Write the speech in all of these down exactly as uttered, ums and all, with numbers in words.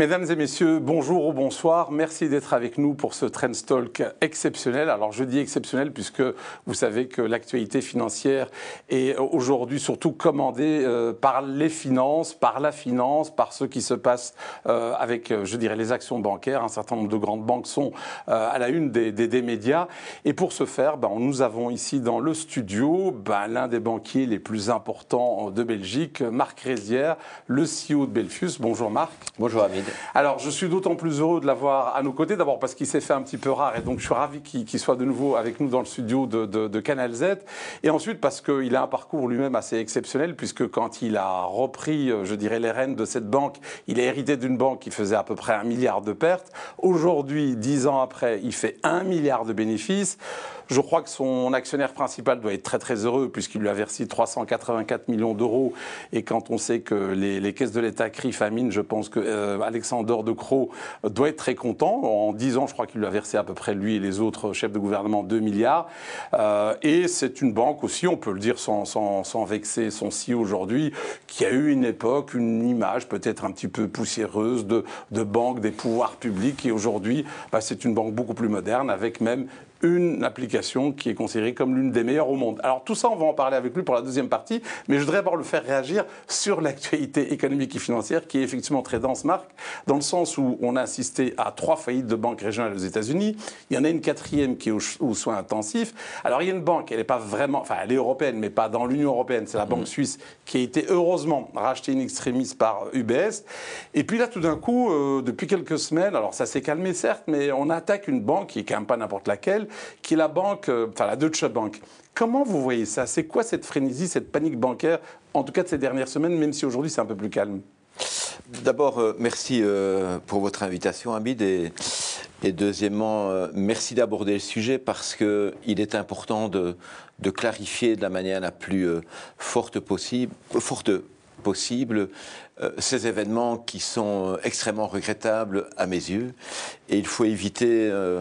Mesdames et messieurs, bonjour ou bonsoir. Merci d'être avec nous pour ce Trends Talk exceptionnel. Alors je dis exceptionnel puisque vous savez que l'actualité financière est aujourd'hui surtout commandée euh, par les finances, par la finance, par ce qui se passe euh, avec, je dirais, les actions bancaires. Un certain nombre de grandes banques sont euh, à la une des, des, des médias. Et pour ce faire, ben, nous avons ici dans le studio ben, l'un des banquiers les plus importants de Belgique, Marc Rézières, le C E O de Belfius. Bonjour Marc. Bonjour Hamid. Alors, je suis d'autant plus heureux de l'avoir à nos côtés, d'abord parce qu'il s'est fait un petit peu rare, et donc je suis ravi qu'il qu'il soit de nouveau avec nous dans le studio de, de, de Canal Z, et ensuite parce qu'il a un parcours lui-même assez exceptionnel, puisque quand il a repris, je dirais, les rênes de cette banque, il a hérité d'une banque qui faisait à peu près un milliard de pertes. Aujourd'hui, dix ans après, il fait un milliard de bénéfices. Je crois que son actionnaire principal doit être très très heureux puisqu'il lui a versé trois cent quatre-vingt-quatre millions d'euros. Et quand on sait que les, les caisses de l'État crient famine, je pense que euh, Alexander De Croo doit être très content. En dix ans, je crois qu'il lui a versé à peu près, lui et les autres chefs de gouvernement, deux milliards. Euh, et c'est une banque aussi, on peut le dire sans, sans, sans vexer son C E O aujourd'hui, qui a eu une époque, une image peut-être un petit peu poussiéreuse de, de banque des pouvoirs publics. Et aujourd'hui, bah, c'est une banque beaucoup plus moderne avec même une application qui est considérée comme l'une des meilleures au monde. Alors tout ça, on va en parler avec lui pour la deuxième partie, mais je voudrais d'abord le faire réagir sur l'actualité économique et financière qui est effectivement très dense, Marc, dans le sens où on a assisté à trois faillites de banques régionales aux États-Unis. Il y en a une quatrième qui est aux, aux soins intensifs. Alors il y a une banque, elle n'est pas vraiment, enfin elle est européenne, mais pas dans l'Union européenne, c'est la Banque suisse qui a été heureusement rachetée in extremis par U B S. Et puis là, tout d'un coup, euh, depuis quelques semaines, alors ça s'est calmé certes, mais on attaque une banque qui est quand même pas n'importe laquelle, qui est la banque, euh, enfin la Deutsche Bank. Comment vous voyez ça? C'est quoi cette frénésie, cette panique bancaire, en tout cas de ces dernières semaines, même si aujourd'hui c'est un peu plus calme? D'abord, euh, merci euh, pour votre invitation, Hamid, et, et deuxièmement, euh, merci d'aborder le sujet parce qu'il est important de, de clarifier de la manière la plus euh, forte possible, forte possible euh, ces événements qui sont euh, extrêmement regrettables à mes yeux, et il faut éviter euh,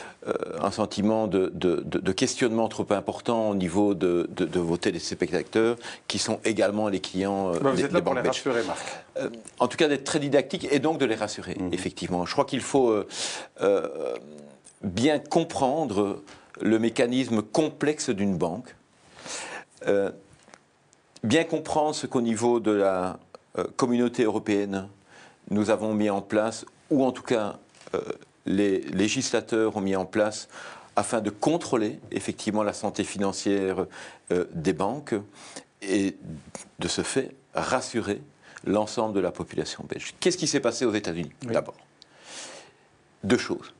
un sentiment de, de, de, de questionnement trop important au niveau de, de, de vos téléspectateurs, qui sont également les clients bah, vous des, êtes là des pour banques les belges. rassurer, Marc. Euh, en tout cas, d'être très didactique et donc de les rassurer, mmh. effectivement. Je crois qu'il faut euh, euh, bien comprendre le mécanisme complexe d'une banque, euh, bien comprendre ce qu'au niveau de la euh, communauté européenne, nous avons mis en place, ou en tout cas, euh, les législateurs ont mis en place afin de contrôler effectivement la santé financière euh, des banques et de ce fait rassurer l'ensemble de la population belge. Qu'est-ce qui s'est passé aux États-Unis? Oui. D'abord, deux choses.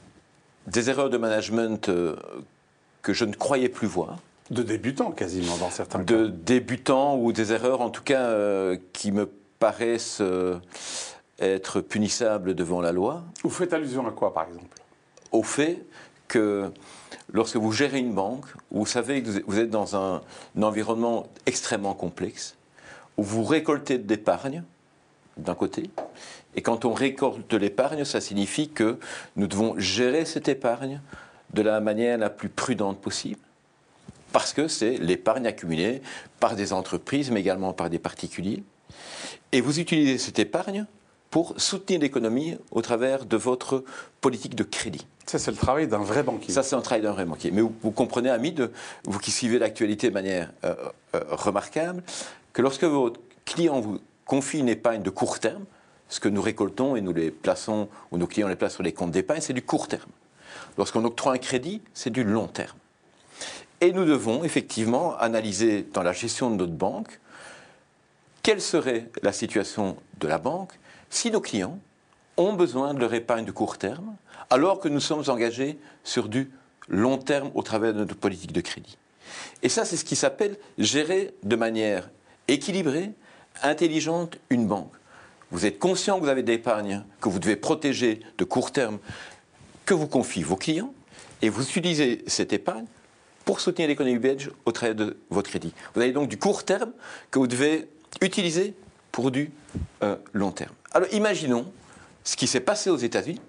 Des erreurs de management euh, que je ne croyais plus voir. De débutants quasiment dans certains de cas. De débutants ou des erreurs en tout cas euh, qui me paraissent Euh, être punissable devant la loi. Vous faites allusion à quoi, par exemple? Au fait que lorsque vous gérez une banque, vous savez que vous êtes dans un, un environnement extrêmement complexe, où vous récoltez de l'épargne, d'un côté, et quand on récolte de l'épargne, ça signifie que nous devons gérer cette épargne de la manière la plus prudente possible, parce que c'est l'épargne accumulée par des entreprises, mais également par des particuliers, et vous utilisez cette épargne pour soutenir l'économie au travers de votre politique de crédit. Ça, c'est le travail d'un vrai banquier. Ça, c'est un travail d'un vrai banquier. Mais vous, vous comprenez, Hamid, vous qui suivez l'actualité de manière euh, euh, remarquable, que lorsque votre client vous confie une épargne de court terme, ce que nous récoltons et nous les plaçons, ou nos clients les placent sur les comptes d'épargne, c'est du court terme. Lorsqu'on octroie un crédit, c'est du long terme. Et nous devons effectivement analyser dans la gestion de notre banque quelle serait la situation de la banque si nos clients ont besoin de leur épargne de court terme, alors que nous sommes engagés sur du long terme au travers de notre politique de crédit. Et ça, c'est ce qui s'appelle gérer de manière équilibrée, intelligente, une banque. Vous êtes conscient que vous avez de l'épargne, que vous devez protéger de court terme, que vous confient vos clients, et vous utilisez cette épargne pour soutenir l'économie belge au travers de votre crédit. Vous avez donc du court terme que vous devez utiliser pour du euh, long terme. Alors imaginons ce qui s'est passé aux États-Unis,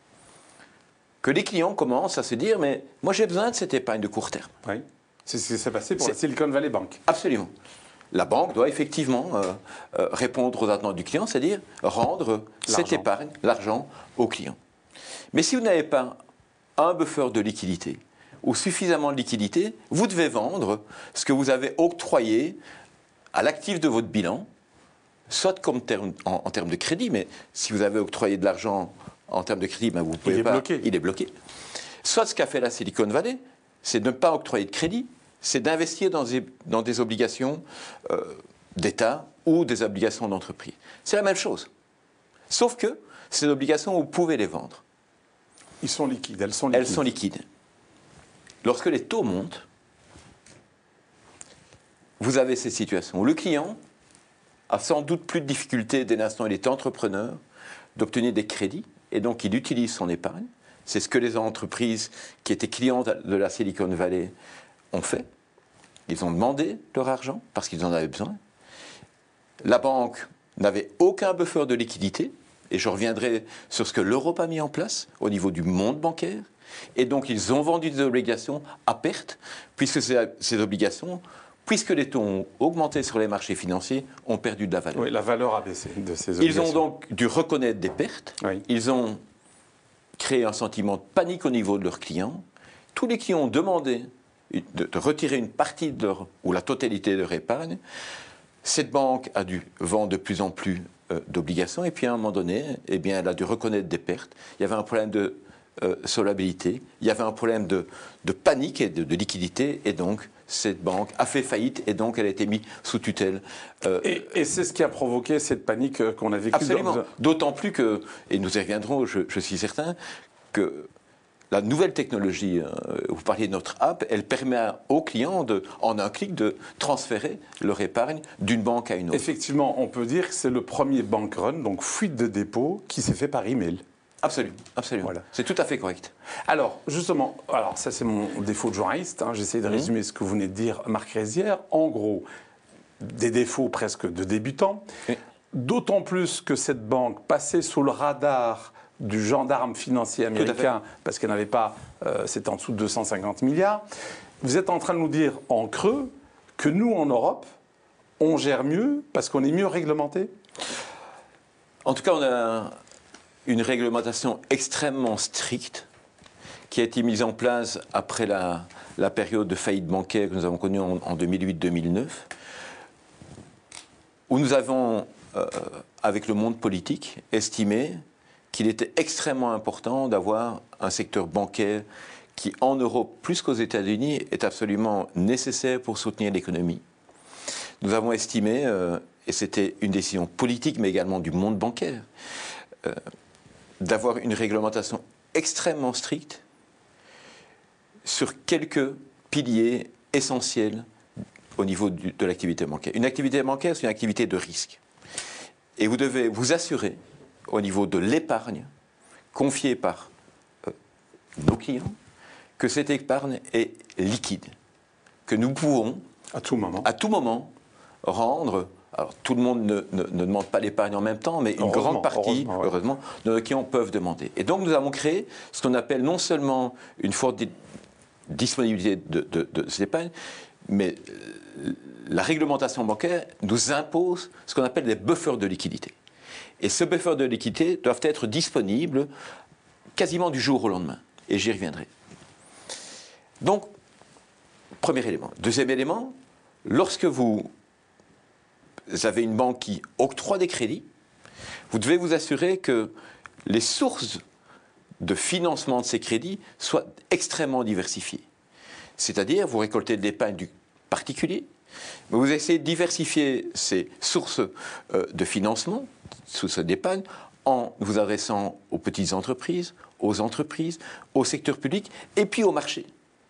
que les clients commencent à se dire « mais moi j'ai besoin de cette épargne de court terme ». Oui, c'est ce qui s'est passé pour la Silicon Valley Bank. Absolument. la banque doit effectivement euh, euh, répondre aux attentes du client, c'est-à-dire rendre cette épargne, l'argent, au client. Mais si vous n'avez pas un buffer de liquidité ou suffisamment de liquidité, vous devez vendre ce que vous avez octroyé à l'actif de votre bilan, soit comme terme, en, en termes de crédit, mais si vous avez octroyé de l'argent en termes de crédit, ben vous pouvez il est pas, bloqué. il est bloqué. Soit ce qu'a fait la Silicon Valley, c'est de ne pas octroyer de crédit, c'est d'investir dans des, dans des obligations euh, d'État ou des obligations d'entreprise. C'est la même chose. Sauf que ces obligations, vous pouvez les vendre. Ils sont liquides, elles sont liquides. Elles sont liquides. Lorsque les taux montent, vous avez ces situations où le client a sans doute plus de difficultés dès l'instant où il est entrepreneur d'obtenir des crédits, et donc il utilise son épargne. C'est ce que les entreprises qui étaient clientes de la Silicon Valley ont fait. Ils ont demandé leur argent parce qu'ils en avaient besoin. La banque n'avait aucun buffer de liquidité, et je reviendrai sur ce que l'Europe a mis en place au niveau du monde bancaire. Et donc ils ont vendu des obligations à perte, puisque ces, ces obligations, puisque les taux ont augmenté sur les marchés financiers, ont perdu de la valeur. Oui, la valeur a baissé de ces obligations. Ils ont donc dû reconnaître des pertes. Oui. Ils ont créé un sentiment de panique au niveau de leurs clients. Tous les clients ont demandé de, de retirer une partie de leur, ou la totalité de leur épargne. Cette banque a dû vendre de plus en plus euh, d'obligations, et puis à un moment donné, eh bien, elle a dû reconnaître des pertes. Il y avait un problème de euh, solvabilité, il y avait un problème de, de panique et de, de liquidité, et donc cette banque a fait faillite, et donc elle a été mise sous tutelle. Euh, et et c'est ce qui a provoqué cette panique qu'on a vécue. Absolument. Dans... D'autant plus que, et nous y reviendrons, je, je suis certain, que la nouvelle technologie, euh, vous parliez de notre app, elle permet aux clients, de, en un clic, de transférer leur épargne d'une banque à une autre. Effectivement, on peut dire que c'est le premier bank run, donc fuite de dépôt, qui s'est fait par email. Absolument, absolument. Voilà. C'est tout à fait correct. Alors, justement, alors ça c'est mon défaut de journaliste, hein, j'essaie de résumer mmh. ce que vous venez de dire, Marc Rézière. En gros, des défauts presque de débutants, mmh. d'autant plus que cette banque passait sous le radar du gendarme financier américain, parce qu'elle n'avait pas, euh, c'était en dessous de deux cent cinquante milliards. Vous êtes en train de nous dire en creux que nous, en Europe, on gère mieux parce qu'on est mieux réglementé ? En tout cas, on a une réglementation extrêmement stricte qui a été mise en place après la, la période de faillite bancaire que nous avons connue en, en deux mille huit deux mille neuf, où nous avons, euh, avec le monde politique, estimé qu'il était extrêmement important d'avoir un secteur bancaire qui, en Europe, plus qu'aux États-Unis, est absolument nécessaire pour soutenir l'économie. Nous avons estimé, euh, et c'était une décision politique, mais également du monde bancaire, euh, d'avoir une réglementation extrêmement stricte sur quelques piliers essentiels au niveau du, de l'activité bancaire. Une activité bancaire, c'est une activité de risque. Et vous devez vous assurer, au niveau de l'épargne confiée par euh, nos clients, que cette épargne est liquide, que nous pouvons, à tout moment, à tout moment rendre. Alors, tout le monde ne, ne, ne demande pas l'épargne en même temps, mais une grande partie, heureusement, ouais. heureusement, de nos clients peuvent demander. Et donc, nous avons créé ce qu'on appelle non seulement une forte di- disponibilité de, de, de cette épargne, mais euh, la réglementation bancaire nous impose ce qu'on appelle des buffers de liquidité. Et ces buffers de liquidité doivent être disponibles quasiment du jour au lendemain. Et j'y reviendrai. Donc, premier élément. Deuxième élément, lorsque vous avez une banque qui octroie des crédits, vous devez vous assurer que les sources de financement de ces crédits soient extrêmement diversifiées. C'est-à-dire, vous récoltez de l'épargne du particulier, mais vous essayez de diversifier ces sources euh, de financement, sources d'épargne, en vous adressant aux petites entreprises, aux entreprises, au secteur public, et puis au marché.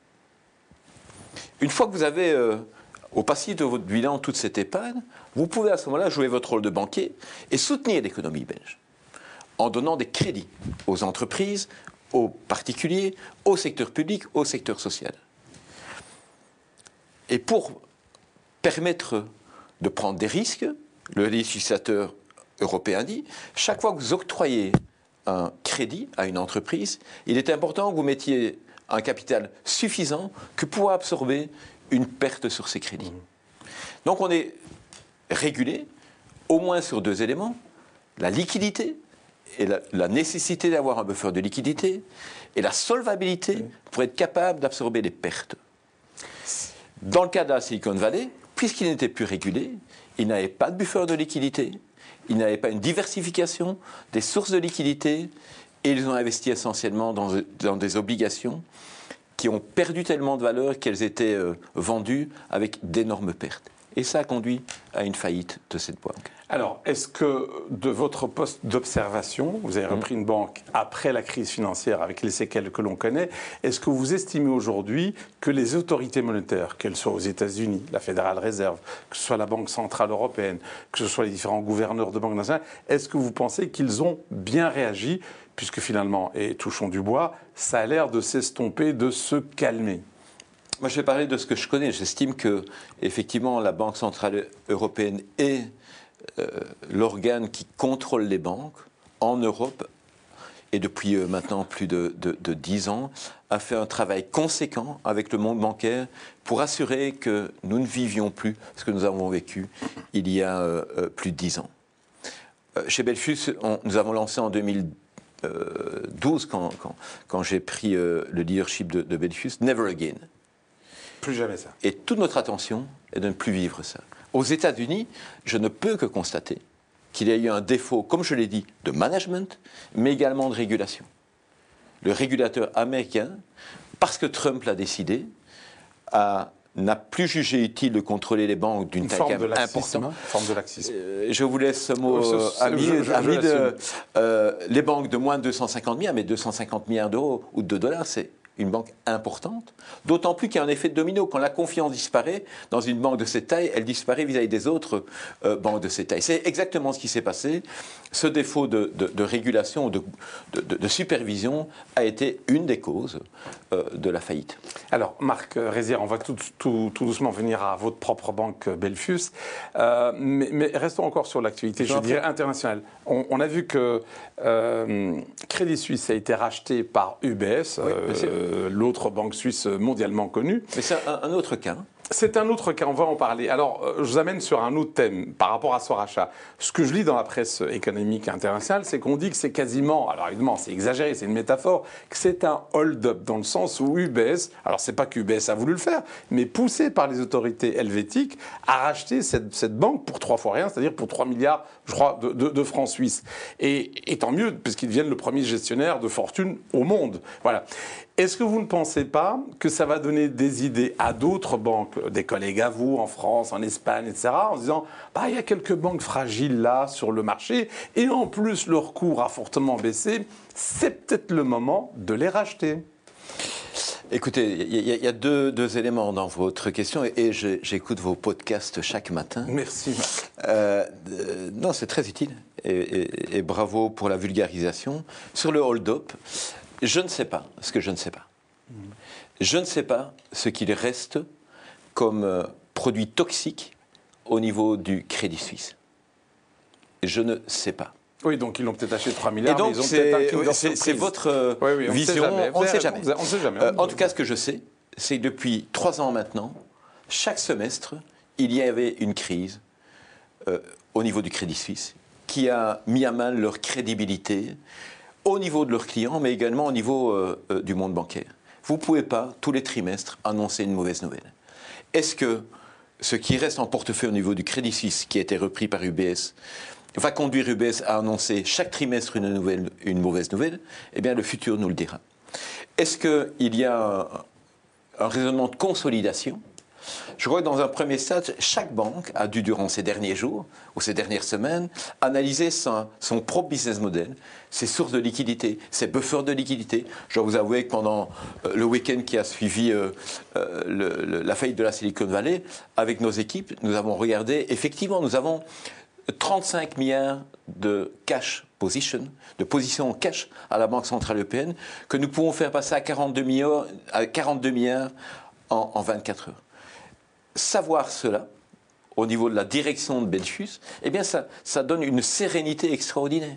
Une fois que vous avez euh, au passif de votre bilan toute cette épargne, vous pouvez à ce moment-là jouer votre rôle de banquier et soutenir l'économie belge en donnant des crédits aux entreprises, aux particuliers, au secteur public, au secteur social. Et pour permettre de prendre des risques, le législateur européen dit, chaque fois que vous octroyez un crédit à une entreprise, il est important que vous mettiez un capital suffisant que pour absorber une perte sur ces crédits. Donc on est régulé au moins sur deux éléments, la liquidité et la, la nécessité d'avoir un buffer de liquidité et la solvabilité oui. pour être capable d'absorber les pertes. Dans le cas de la Silicon Valley, puisqu'il n'était plus régulé, il n'avait pas de buffer de liquidité, il n'avait pas une diversification des sources de liquidité et ils ont investi essentiellement dans, dans des obligations qui ont perdu tellement de valeur qu'elles étaient euh, vendues avec d'énormes pertes. Et ça a conduit à une faillite de cette banque. Alors, est-ce que de votre poste d'observation, vous avez repris mmh. une banque après la crise financière avec les séquelles que l'on connaît, est-ce que vous estimez aujourd'hui que les autorités monétaires, qu'elles soient aux États-Unis, la Federal Reserve, que ce soit la Banque Centrale Européenne, que ce soit les différents gouverneurs de banques nationales, est-ce que vous pensez qu'ils ont bien réagi, puisque finalement, et touchons du bois, ça a l'air de s'estomper, de se calmer? Moi, je vais parler de ce que je connais. J'estime que, effectivement, la Banque Centrale Européenne est euh, l'organe qui contrôle les banques en Europe, et depuis euh, maintenant plus de, de, de dix ans, a fait un travail conséquent avec le monde bancaire pour assurer que nous ne vivions plus ce que nous avons vécu il y a euh, plus de dix ans. Euh, chez Belfius, on, nous avons lancé en deux mille douze, quand, quand, quand j'ai pris euh, le leadership de, de Belfius, Never Again. Plus jamais ça. Et toute notre attention est de ne plus vivre ça. Aux États-Unis, je ne peux que constater qu'il y a eu un défaut, comme je l'ai dit, de management, mais également de régulation. Le régulateur américain, parce que Trump l'a décidé, a, n'a plus jugé utile de contrôler les banques d'une taille importante. Une forme de laxisme. Euh, je vous laisse ce mot, euh, ami. Je, je, ami je de, euh, les banques de moins de deux cent cinquante milliards, mais deux cent cinquante milliards d'euros ou de dollars, c'est une banque importante, d'autant plus qu'il y a un effet de domino. Quand la confiance disparaît dans une banque de cette taille, elle disparaît vis-à-vis des autres euh, banques de cette taille. C'est exactement ce qui s'est passé. Ce défaut de, de, de régulation, de, de, de supervision a été une des causes euh, de la faillite. Alors, Marc Rézières, on va tout, tout, tout doucement venir à votre propre banque Belfius, euh, mais, mais restons encore sur l'actualité, je dirais, internationale. On, on a vu que euh, Crédit Suisse a été racheté par U B S, oui, euh, l'autre banque suisse mondialement connue. Mais c'est un, un autre cas. C'est un autre cas, on va en parler. Alors, je vous amène sur un autre thème par rapport à ce rachat. Ce que je lis dans la presse économique internationale, c'est qu'on dit que c'est quasiment, alors évidemment c'est exagéré, c'est une métaphore, que c'est un hold-up dans le sens où U B S, alors c'est pas qu'U B S a voulu le faire, mais poussé par les autorités helvétiques, a racheté cette, cette banque pour trois fois rien, c'est-à-dire pour trois milliards, je crois, de, de, de francs suisses. Et, et tant mieux, puisqu'ils deviennent le premier gestionnaire de fortune au monde. Voilà. Est-ce que vous ne pensez pas que ça va donner des idées à d'autres banques, des collègues à vous, en France, en Espagne, et cetera, en se disant bah, il y a quelques banques fragiles là sur le marché, et en plus leur cours a fortement baissé, c'est peut-être le moment de les racheter? Écoutez, il y, y a deux, deux éléments dans votre question, et, et je, j'écoute vos podcasts chaque matin. Merci, Marc. Euh, euh, non, c'est très utile, et, et, et bravo pour la vulgarisation. Sur le hold-up, je ne sais pas ce que je ne sais pas. Mmh. Je ne sais pas ce qu'il reste comme euh, produit toxique au niveau du Crédit Suisse. Je ne sais pas. Oui, donc ils l'ont peut-être acheté trois milliards, et donc mais ils ont c'est, peut-être un c'est, c'est votre euh, oui, oui, on vision. On ne sait jamais. On ne sait jamais. Euh, en tout cas, ce que je sais, c'est que depuis trois ans maintenant, chaque semestre, il y avait une crise euh, au niveau du Crédit Suisse qui a mis à mal leur crédibilité au niveau de leurs clients, mais également au niveau euh, euh, du monde bancaire. Vous ne pouvez pas, tous les trimestres, annoncer une mauvaise nouvelle. Est-ce que ce qui reste en portefeuille au niveau du Crédit Suisse, qui a été repris par U B S, va conduire U B S à annoncer chaque trimestre une, nouvelle, une mauvaise nouvelle? Eh bien, le futur nous le dira. Est-ce qu'il y a un, un raisonnement de consolidation? Je crois que dans un premier stade, chaque banque a dû, durant ces derniers jours ou ces dernières semaines, analyser son, son propre business model, ses sources de liquidité, ses buffers de liquidité. Je dois vous avouer que pendant euh, le week-end qui a suivi euh, euh, le, le, la faillite de la Silicon Valley, avec nos équipes, nous avons regardé, effectivement, nous avons trente-cinq milliards de cash position, de position en cash à la Banque Centrale Européenne, que nous pouvons faire passer à quarante-deux milliards, à quarante-deux milliards en, en vingt-quatre heures. Savoir cela, au niveau de la direction de Belfius, eh bien ça, ça donne une sérénité extraordinaire.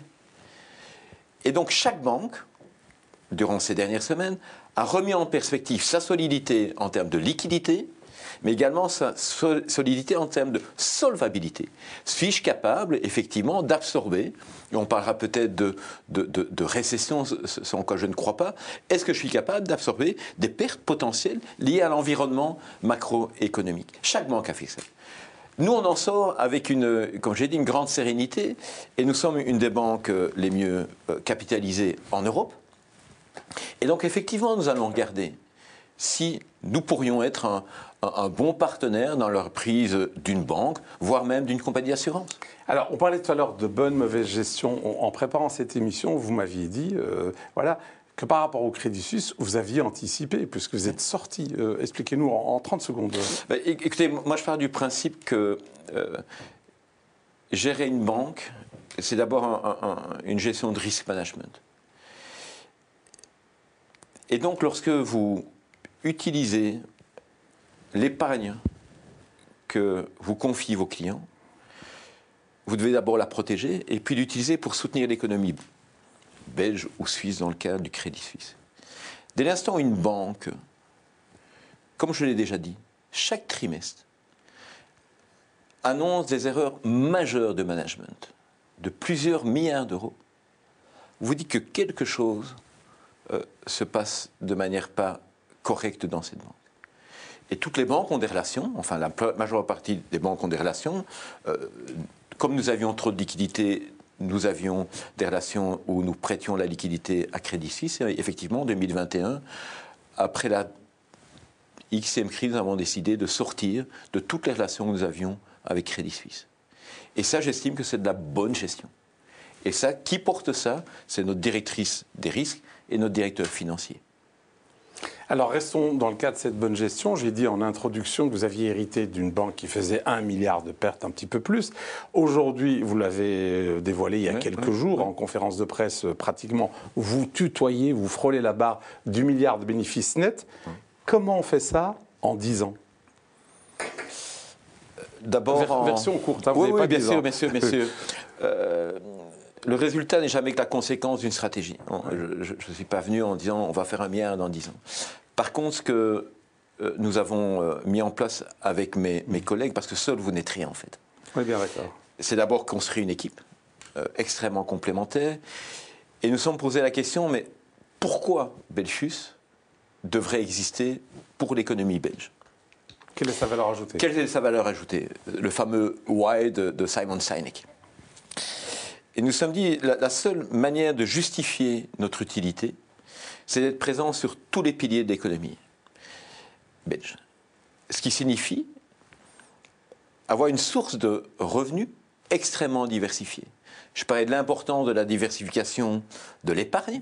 Et donc chaque banque, durant ces dernières semaines, a remis en perspective sa solidité en termes de liquidité mais également sa solidité en termes de solvabilité. Suis-je capable, effectivement, d'absorber, et on parlera peut-être de, de, de, de récession, ce en quoi je ne crois pas, est-ce que je suis capable d'absorber des pertes potentielles liées à l'environnement macroéconomique? Chaque banque a fait ça. Nous, on en sort avec, une, comme j'ai dit, une grande sérénité, et nous sommes une des banques les mieux capitalisées en Europe. Et donc, effectivement, nous allons regarder si nous pourrions être un, un, un bon partenaire dans la reprise d'une banque, voire même d'une compagnie d'assurance. Alors, on parlait tout à l'heure de bonne, mauvaise gestion. En préparant cette émission, vous m'aviez dit, euh, voilà, que par rapport au Crédit Suisse, vous aviez anticipé, puisque vous êtes sorti. Euh, expliquez-nous en, en trente secondes. Ben, écoutez, moi je pars du principe que euh, gérer une banque, c'est d'abord un, un, une gestion de risk management. Et donc, lorsque vous utilisez l'épargne que vous confiez vos clients, vous devez d'abord la protéger et puis l'utiliser pour soutenir l'économie belge ou suisse dans le cadre du Crédit Suisse. Dès l'instant où une banque, comme je l'ai déjà dit, chaque trimestre, annonce des erreurs majeures de management de plusieurs milliards d'euros, vous dites que quelque chose euh, se passe de manière pas correcte dans cette banque. Et toutes les banques ont des relations, enfin la majeure partie des banques ont des relations. Euh, comme nous avions trop de liquidités, nous avions des relations où nous prêtions la liquidité à Crédit Suisse. Et effectivement, en deux mille vingt et un, après la Xème crise, nous avons décidé de sortir de toutes les relations que nous avions avec Crédit Suisse. Et ça, j'estime que c'est de la bonne gestion. Et ça, qui porte ça? C'est notre directrice des risques et notre directeur financier. Alors, restons dans le cadre de cette bonne gestion. J'ai dit en introduction que vous aviez hérité d'une banque qui faisait un milliard de pertes, un petit peu plus. Aujourd'hui, vous l'avez dévoilé il y a oui, quelques oui, jours, oui. en conférence de presse, pratiquement, vous tutoyez, vous frôlez la barre du milliard de bénéfices nets. Oui. Comment on fait ça en dix ans? D'abord, Ver, en... version courte, hein, vous oui, oui, pas bien sûr, ans. bien sûr, bien sûr. euh, le résultat n'est jamais que la conséquence d'une stratégie. Ouais. Je ne suis pas venu en disant on va faire un milliard dans dix ans. Par contre, ce que euh, nous avons euh, mis en place avec mes, mes collègues, parce que seul vous n'êtes rien en fait. Oui, bien d'accord. C'est d'abord construire une équipe euh, extrêmement complémentaire. Et nous sommes posés la question, mais pourquoi Belfius devrait exister pour l'économie belge? Quelle est sa valeur ajoutée? Quelle est sa valeur ajoutée? Le fameux why de, de Simon Sinek. Et nous nous sommes dit, la, la seule manière de justifier notre utilité, c'est d'être présent sur tous les piliers de l'économie belge. Ce qui signifie avoir une source de revenus extrêmement diversifiée. Je parlais de l'importance de la diversification de l'épargne.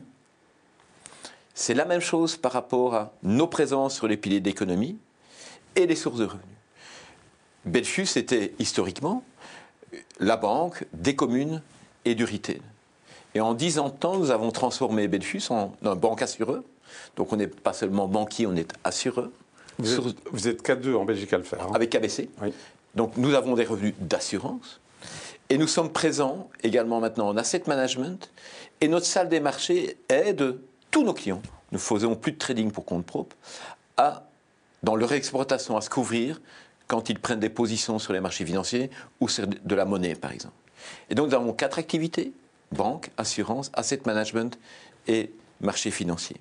C'est la même chose par rapport à nos présences sur les piliers de l'économie et les sources de revenus. Belfius était historiquement la banque des communes et du retail. Et en dix ans de temps, nous avons transformé Belfius en un banque assureur. Donc on n'est pas seulement banquier, on est assureur. Vous, Sur... êtes, vous êtes K deux en Belgique à le faire. Hein. Avec K B C. Oui. Donc nous avons des revenus d'assurance. Et nous sommes présents également maintenant en asset management. Et notre salle des marchés aide tous nos clients. Nous ne faisons plus de trading pour compte propre, à, dans leur exportation, à se couvrir quand ils prennent des positions sur les marchés financiers ou sur de la monnaie, par exemple. Et donc nous avons quatre activités: banque, assurance, asset management et marché financier.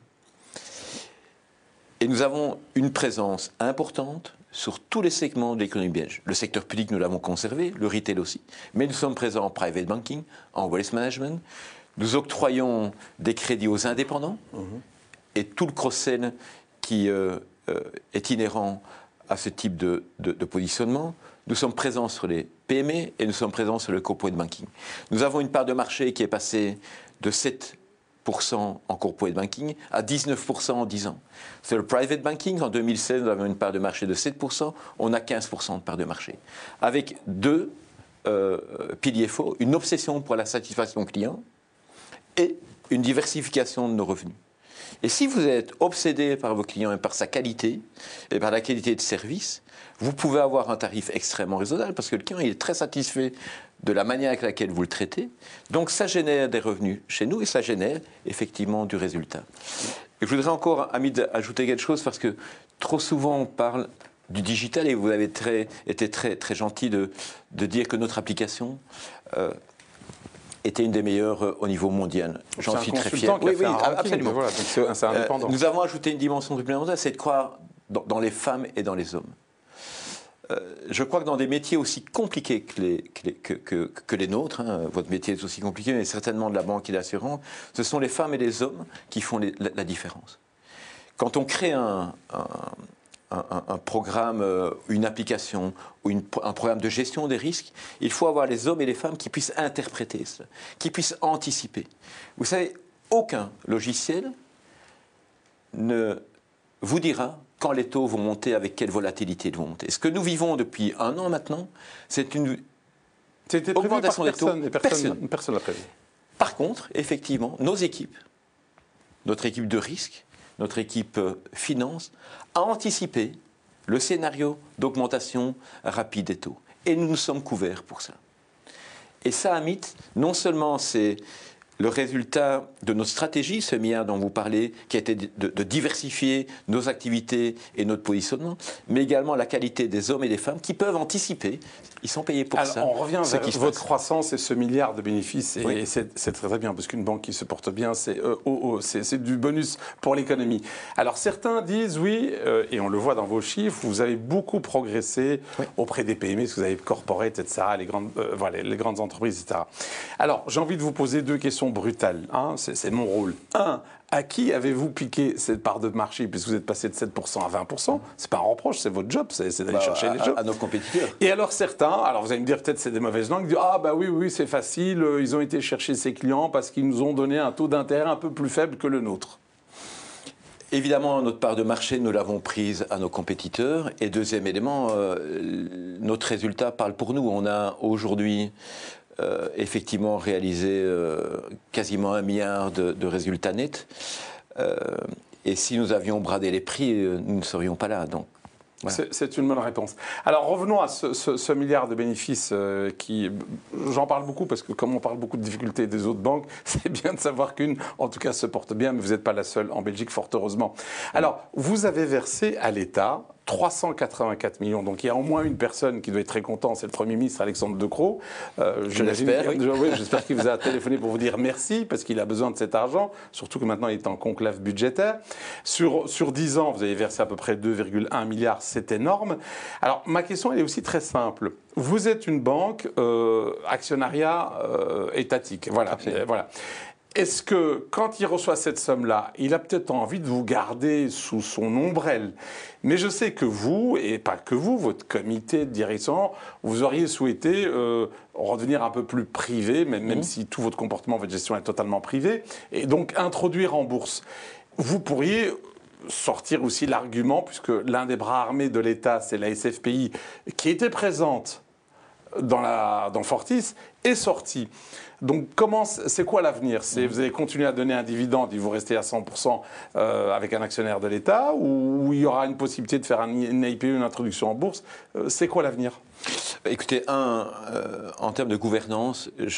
Et nous avons une présence importante sur tous les segments de l'économie belge. Le secteur public, nous l'avons conservé, le retail aussi. Mais nous sommes présents en private banking, en wealth management. Nous octroyons des crédits aux indépendants mmh. et tout le cross-sell qui euh, euh, est inhérent à ce type de, de, de positionnement. Nous sommes présents sur les P M E et nous sommes présents sur le corporate banking. Nous avons une part de marché qui est passée de sept pour cent en corporate banking à dix-neuf pour cent en dix ans. C'est le private banking. En deux mille seize, nous avons une part de marché de sept pour cent. On a quinze pour cent de part de marché. Avec deux euh, piliers forts, une obsession pour la satisfaction client et une diversification de nos revenus. Et si vous êtes obsédé par vos clients et par sa qualité et par la qualité de service, vous pouvez avoir un tarif extrêmement raisonnable parce que le client il est très satisfait de la manière avec laquelle vous le traitez. Donc ça génère des revenus chez nous et ça génère effectivement du résultat. Et je voudrais encore, Hamid, ajouter quelque chose parce que trop souvent on parle du digital, et vous avez très, été très, très gentil de, de dire que notre application euh, était une des meilleures euh, au niveau mondial. J'en suis très fier. Oui, oui, absolument. Voilà, c'est indépendant. Euh, nous avons ajouté une dimension supplémentaire, c'est de croire dans, dans les femmes et dans les hommes. Euh, je crois que dans des métiers aussi compliqués que les, que les, que, que, que les nôtres, hein, votre métier est aussi compliqué, mais certainement de la banque et de l'assurance, ce sont les femmes et les hommes qui font les, la, la différence. Quand on crée un, un, un, un programme, une application ou une, un programme de gestion des risques, il faut avoir les hommes et les femmes qui puissent interpréter cela, qui puissent anticiper. Vous savez, aucun logiciel ne vous dira quand les taux vont monter, avec quelle volatilité ils vont monter. Ce que nous vivons depuis un an maintenant, c'est une augmentation des taux. Personne, personne, personne l'a prévu. Par contre, effectivement, nos équipes, notre équipe de risque, notre équipe finance, a anticipé le scénario d'augmentation rapide des taux. Et nous nous sommes couverts pour ça. Et ça, Amit, non seulement c'est le résultat de notre stratégie, ce milliard dont vous parlez, qui a été de, de diversifier nos activités et notre positionnement, mais également la qualité des hommes et des femmes qui peuvent anticiper. Ils sont payés pour Alors, ça. On revient vers votre croissance et ce milliard de bénéfices. Et, oui. et c'est très très bien, parce qu'une banque qui se porte bien, c'est euh, oh, oh, c'est du bonus pour l'économie. Alors certains disent, oui, euh, et on le voit dans vos chiffres, vous avez beaucoup progressé oui. auprès des P M E, parce que vous avez corporate, et cetera, les grandes, euh, voilà, les grandes entreprises, et cetera. Alors, j'ai envie de vous poser deux questions brutales. Hein, c'est mon rôle. Un, à qui avez-vous piqué cette part de marché, puisque vous êtes passé de sept pour cent à vingt pour cent? C'est pas un reproche, c'est votre job, c'est d'aller bah, chercher à, les jobs. À nos compétiteurs. Et alors certains, alors vous allez me dire peut-être c'est des mauvaises langues, disent ah bah oui, oui, c'est facile, ils ont été chercher ces clients parce qu'ils nous ont donné un taux d'intérêt un peu plus faible que le nôtre. Évidemment, notre part de marché, nous l'avons prise à nos compétiteurs. Et deuxième élément, euh, notre résultat parle pour nous. On a aujourd'hui Euh, effectivement réalisé euh, quasiment un milliard de, de résultats nets. Euh, et si nous avions bradé les prix, euh, nous ne serions pas là. Donc, voilà. C'est une bonne réponse. Alors revenons à ce, ce, ce milliard de bénéfices euh, qui... J'en parle beaucoup parce que comme on parle beaucoup de difficultés des autres banques, c'est bien de savoir qu'une, en tout cas, se porte bien, mais vous n'êtes pas la seule en Belgique, fort heureusement. Alors, vous avez versé à l'État trois cent quatre-vingt-quatre millions. Donc il y a au moins une personne qui doit être très content, c'est le Premier ministre Alexandre De Croo. Euh, je l'espère. Oui. Oui, j'espère qu'il vous a téléphoné pour vous dire merci, parce qu'il a besoin de cet argent, surtout que maintenant il est en conclave budgétaire. Sur, sur dix ans, vous avez versé à peu près deux virgule un milliards, c'est énorme. Alors ma question, elle est aussi très simple. Vous êtes une banque euh, actionnariat euh, étatique. Voilà. Euh, voilà. Est-ce que, quand il reçoit cette somme-là, il a peut-être envie de vous garder sous son ombrelle? Mais je sais que vous, et pas que vous, votre comité de direction, vous auriez souhaité euh, redevenir un peu plus privé, même, même mmh. si tout votre comportement, votre gestion est totalement privé, et donc introduire en bourse. Vous pourriez sortir aussi l'argument, puisque l'un des bras armés de l'État, c'est la S F P I, qui était présente dans, la, dans Fortis, est sortie. Donc, c'est quoi l'avenir? mmh. Vous allez continuer à donner un dividende et vous restez à cent pour cent euh, avec un actionnaire de l'État, ou, ou il y aura une possibilité de faire un, une I P O, une introduction en bourse? euh, C'est quoi l'avenir? Écoutez, un, euh, en termes de gouvernance, je,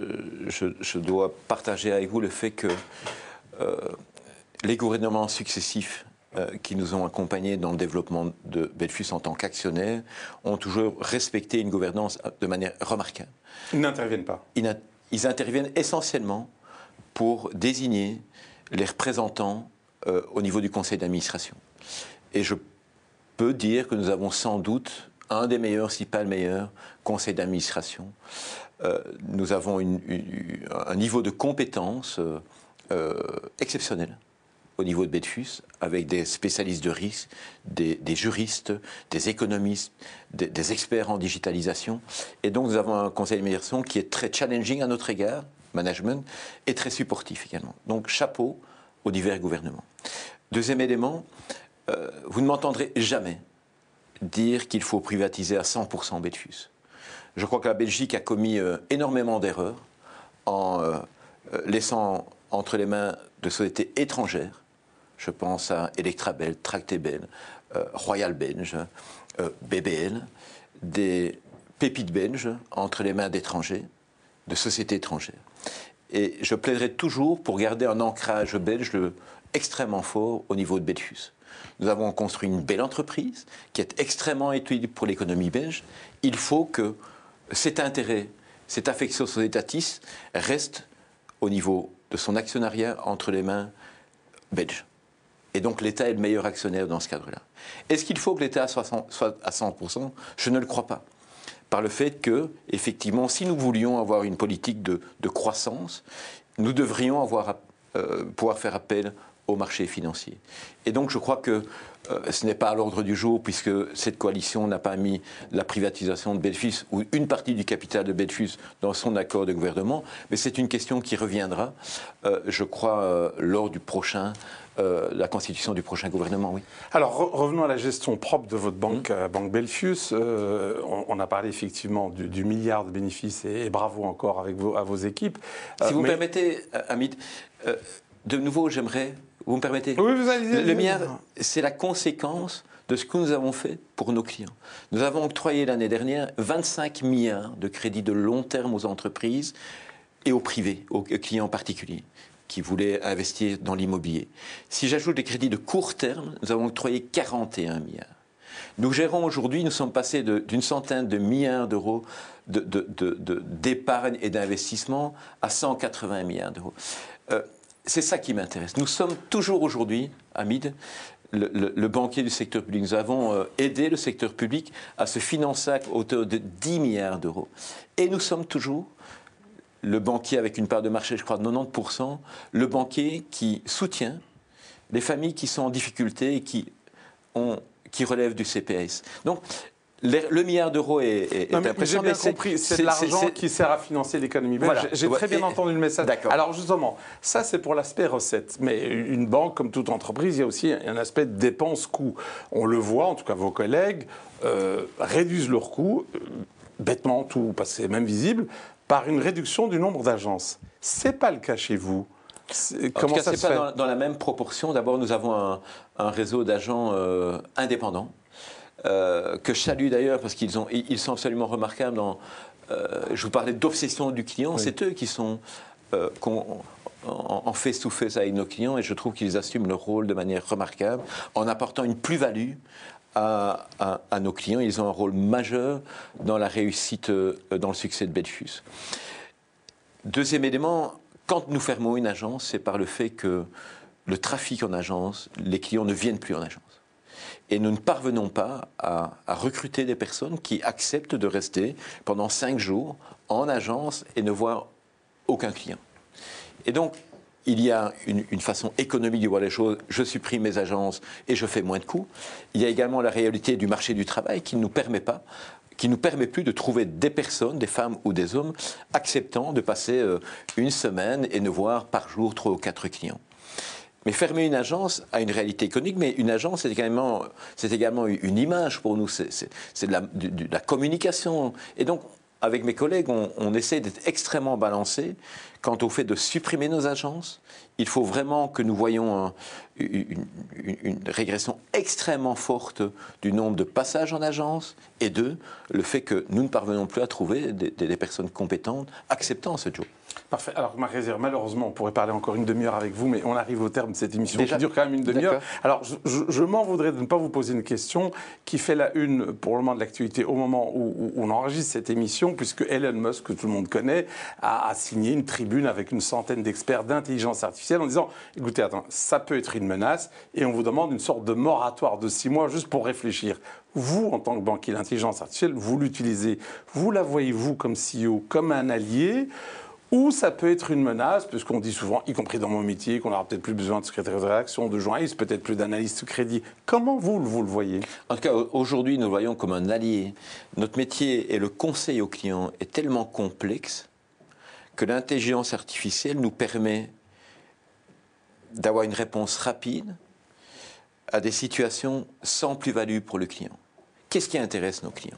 je, je dois partager avec vous le fait que euh, les gouvernements successifs euh, qui nous ont accompagnés dans le développement de Belfius en tant qu'actionnaire ont toujours respecté une gouvernance de manière remarquable. Ils n'interviennent pas. Ils Ils interviennent essentiellement pour désigner les représentants euh, au niveau du conseil d'administration. Et je peux dire que nous avons sans doute un des meilleurs, si pas le meilleur, conseil d'administration. Euh, nous avons une, une, un niveau de compétence euh, euh, exceptionnel au niveau de Belfius, avec des spécialistes de risque, des, des juristes, des économistes, des, des experts en digitalisation. Et donc nous avons un conseil d'administration qui est très challenging à notre égard, management, et très supportif également. Donc chapeau aux divers gouvernements. Deuxième élément, euh, vous ne m'entendrez jamais dire qu'il faut privatiser à cent pour cent Belfius. Je crois que la Belgique a commis euh, énormément d'erreurs en euh, laissant entre les mains de sociétés étrangères. Je pense à Electrabel, Tractebel, euh, Royal Belge, euh, B B L, des pépites belges entre les mains d'étrangers, de sociétés étrangères. Et je plaiderai toujours pour garder un ancrage belge extrêmement fort au niveau de Belfius. nous avons construit une belle entreprise qui est extrêmement utile pour l'économie belge. Il faut que cet intérêt, cette affection sociétatis reste au niveau de son actionnariat entre les mains belges. Et donc l'État est le meilleur actionnaire dans ce cadre-là. Est-ce qu'il faut que l'État soit à cent pour cent? Je ne le crois pas. Par le fait que, effectivement, si nous voulions avoir une politique de, de croissance, nous devrions avoir, euh, pouvoir faire appel au marché financier. Et donc je crois que euh, ce n'est pas à l'ordre du jour, puisque cette coalition n'a pas mis la privatisation de Belfus ou une partie du capital de Belfus dans son accord de gouvernement, mais c'est une question qui reviendra, euh, je crois, euh, lors du prochain, euh, la constitution du prochain gouvernement, oui. Alors re revenons à la gestion propre de votre banque, mmh. Banque Belfius. Euh, on, on a parlé effectivement du, du milliard de bénéfices et, et bravo encore avec vos, à vos équipes. Si euh, vous mais... me permettez, Hamid, euh, de nouveau, j'aimerais... Vous me permettez? Oui, vous allez. Le, le milliard, c'est la conséquence de ce que nous avons fait pour nos clients. Nous avons octroyé l'année dernière vingt-cinq milliards de crédits de long terme aux entreprises et aux privés, aux clients particuliers qui voulaient investir dans l'immobilier. Si j'ajoute les crédits de court terme, nous avons octroyé quarante et un milliards. Nous gérons aujourd'hui, nous sommes passés d'une centaine de milliards d'euros de, de, de, de, d'épargne et d'investissement à cent quatre-vingts milliards d'euros. Euh, C'est ça qui m'intéresse. Nous sommes toujours aujourd'hui, Hamid, le, le, le banquier du secteur public. Nous avons euh, aidé le secteur public à se financer à hauteur de dix milliards d'euros. Et nous sommes toujours le banquier avec une part de marché, je crois, de quatre-vingt-dix pour cent, le banquier qui soutient les familles qui sont en difficulté et qui, ont, qui relèvent du C P S. Donc, le milliard d'euros est, est, non, est impressionnant. J'ai bien compris, c'est de l'argent qui sert à financer l'économie belge. Voilà. J'ai très bien et, entendu le message. Alors justement, ça c'est pour l'aspect recette. Mais une banque, comme toute entreprise, il y a aussi un aspect de dépense-coût. On le voit, en tout cas vos collègues euh, réduisent leurs coûts, euh, bêtement tout, parce que c'est même visible, par une réduction du nombre d'agences. C'est pas le cas chez vous. Comment en tout cas, ça se fait? Pas dans, dans la même proportion. D'abord, nous avons un, un réseau d'agents euh, indépendants. Euh, que je salue d'ailleurs parce qu'ils ont, ils sont absolument remarquables. Dans, euh, je vous parlais d'obsession du client, oui. C'est eux qui sont euh, en, en face-to-face avec nos clients et je trouve qu'ils assument leur rôle de manière remarquable en apportant une plus-value à, à, à nos clients. Ils ont un rôle majeur dans la réussite, euh, dans le succès de Belfius. Deuxième élément, quand nous fermons une agence, c'est par le fait que le trafic en agence, les clients ne viennent plus en agence. Et nous ne parvenons pas à, à recruter des personnes qui acceptent de rester pendant cinq jours en agence et ne voir aucun client. Et donc, il y a une, une façon économique de voir les choses. Je supprime mes agences et je fais moins de coûts. Il y a également la réalité du marché du travail qui ne nous permet pas, qui ne nous permet plus de trouver des personnes, des femmes ou des hommes, acceptant de passer euh, une semaine et ne voir par jour trois ou quatre clients. Mais fermer une agence a une réalité économique, mais une agence, c'est également, c'est également une image pour nous, c'est, c'est, c'est de, la, de, de la communication. Et donc, avec mes collègues, on, on essaie d'être extrêmement balancé quant au fait de supprimer nos agences. Il faut vraiment que nous voyions un, une, une, une régression extrêmement forte du nombre de passages en agence, et deux, le fait que nous ne parvenons plus à trouver des, des personnes compétentes acceptant ce job. Parfait. Alors, Marc Rézère, malheureusement, on pourrait parler encore une demi-heure avec vous, mais on arrive au terme de cette émission Déjà, qui dure quand même une demi-heure. Alors, je, je, je m'en voudrais de ne pas vous poser une question qui fait la une pour le moment de l'actualité au moment où, où on enregistre cette émission, puisque Elon Musk, que tout le monde connaît, a, a signé une tribune avec une centaine d'experts d'intelligence artificielle en disant « Écoutez, attends, ça peut être une menace et on vous demande une sorte de moratoire de six mois juste pour réfléchir. » Vous, en tant que banquier, l'intelligence artificielle, vous l'utilisez. Vous la voyez-vous comme C E O, comme un allié ? Ou ça peut être une menace, puisqu'on dit souvent, y compris dans mon métier, qu'on n'aura peut-être plus besoin de secrétaire de rédaction, de journaliste, peut-être plus d'analyste de crédit. Comment vous, vous le voyez? En tout cas, aujourd'hui, nous le voyons comme un allié. Notre métier et le conseil aux clients est tellement complexe que l'intelligence artificielle nous permet d'avoir une réponse rapide à des situations sans plus-value pour le client. Qu'est-ce qui intéresse nos clients?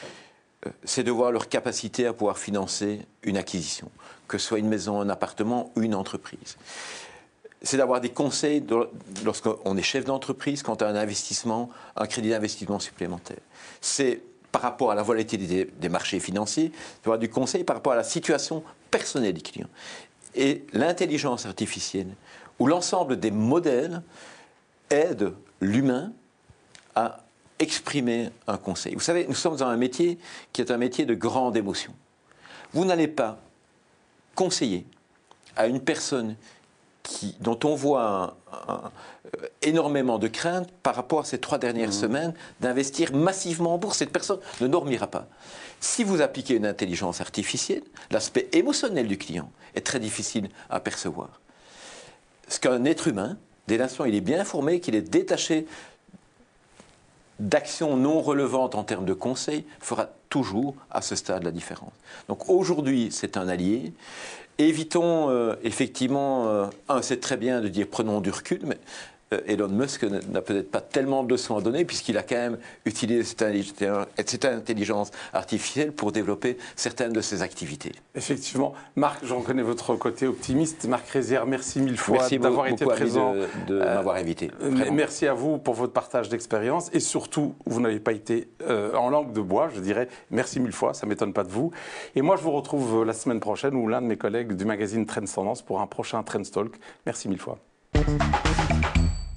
C'est de voir leur capacité à pouvoir financer une acquisition, que ce soit une maison, un appartement ou une entreprise. C'est d'avoir des conseils lorsqu'on est chef d'entreprise, quant à un investissement, un crédit d'investissement supplémentaire. C'est par rapport à la volatilité des marchés financiers, d'avoir du conseil par rapport à la situation personnelle du client. Et l'intelligence artificielle, ou l'ensemble des modèles, aide l'humain à exprimer un conseil. Vous savez, nous sommes dans un métier qui est un métier de grande émotion. Vous n'allez pas conseiller à une personne qui, dont on voit un, un, euh, énormément de crainte par rapport à ces trois dernières mmh. semaines d'investir massivement en bourse. Cette personne ne dormira pas. Si vous appliquez une intelligence artificielle, l'aspect émotionnel du client est très difficile à percevoir. Ce qu'un être humain, dès l'instant où il est bien informé, qu'il est détaché d'actions non relevantes en termes de conseils, fera toujours à ce stade la différence. Donc aujourd'hui, c'est un allié. Évitons euh, effectivement, euh, un, c'est très bien de dire prenons du recul, mais euh, Elon Musk n'a peut-être pas tellement de leçons à donner puisqu'il a quand même utilisé cette, cette intelligence artificielle pour développer certaines de ses activités. Effectivement. Marc, j'en connais votre côté optimiste. Marc Rézières, merci mille fois d'avoir été présent. Merci de, de euh, m'avoir invité. Vraiment. Merci à vous pour votre partage d'expérience et surtout, vous n'avez pas été euh, en langue de bois, je dirais. Merci mille fois, ça ne m'étonne pas de vous. Et moi, je vous retrouve la semaine prochaine ou l'un de mes collègues du magazine Trends Tendance pour un prochain Trends Talk. Merci mille fois.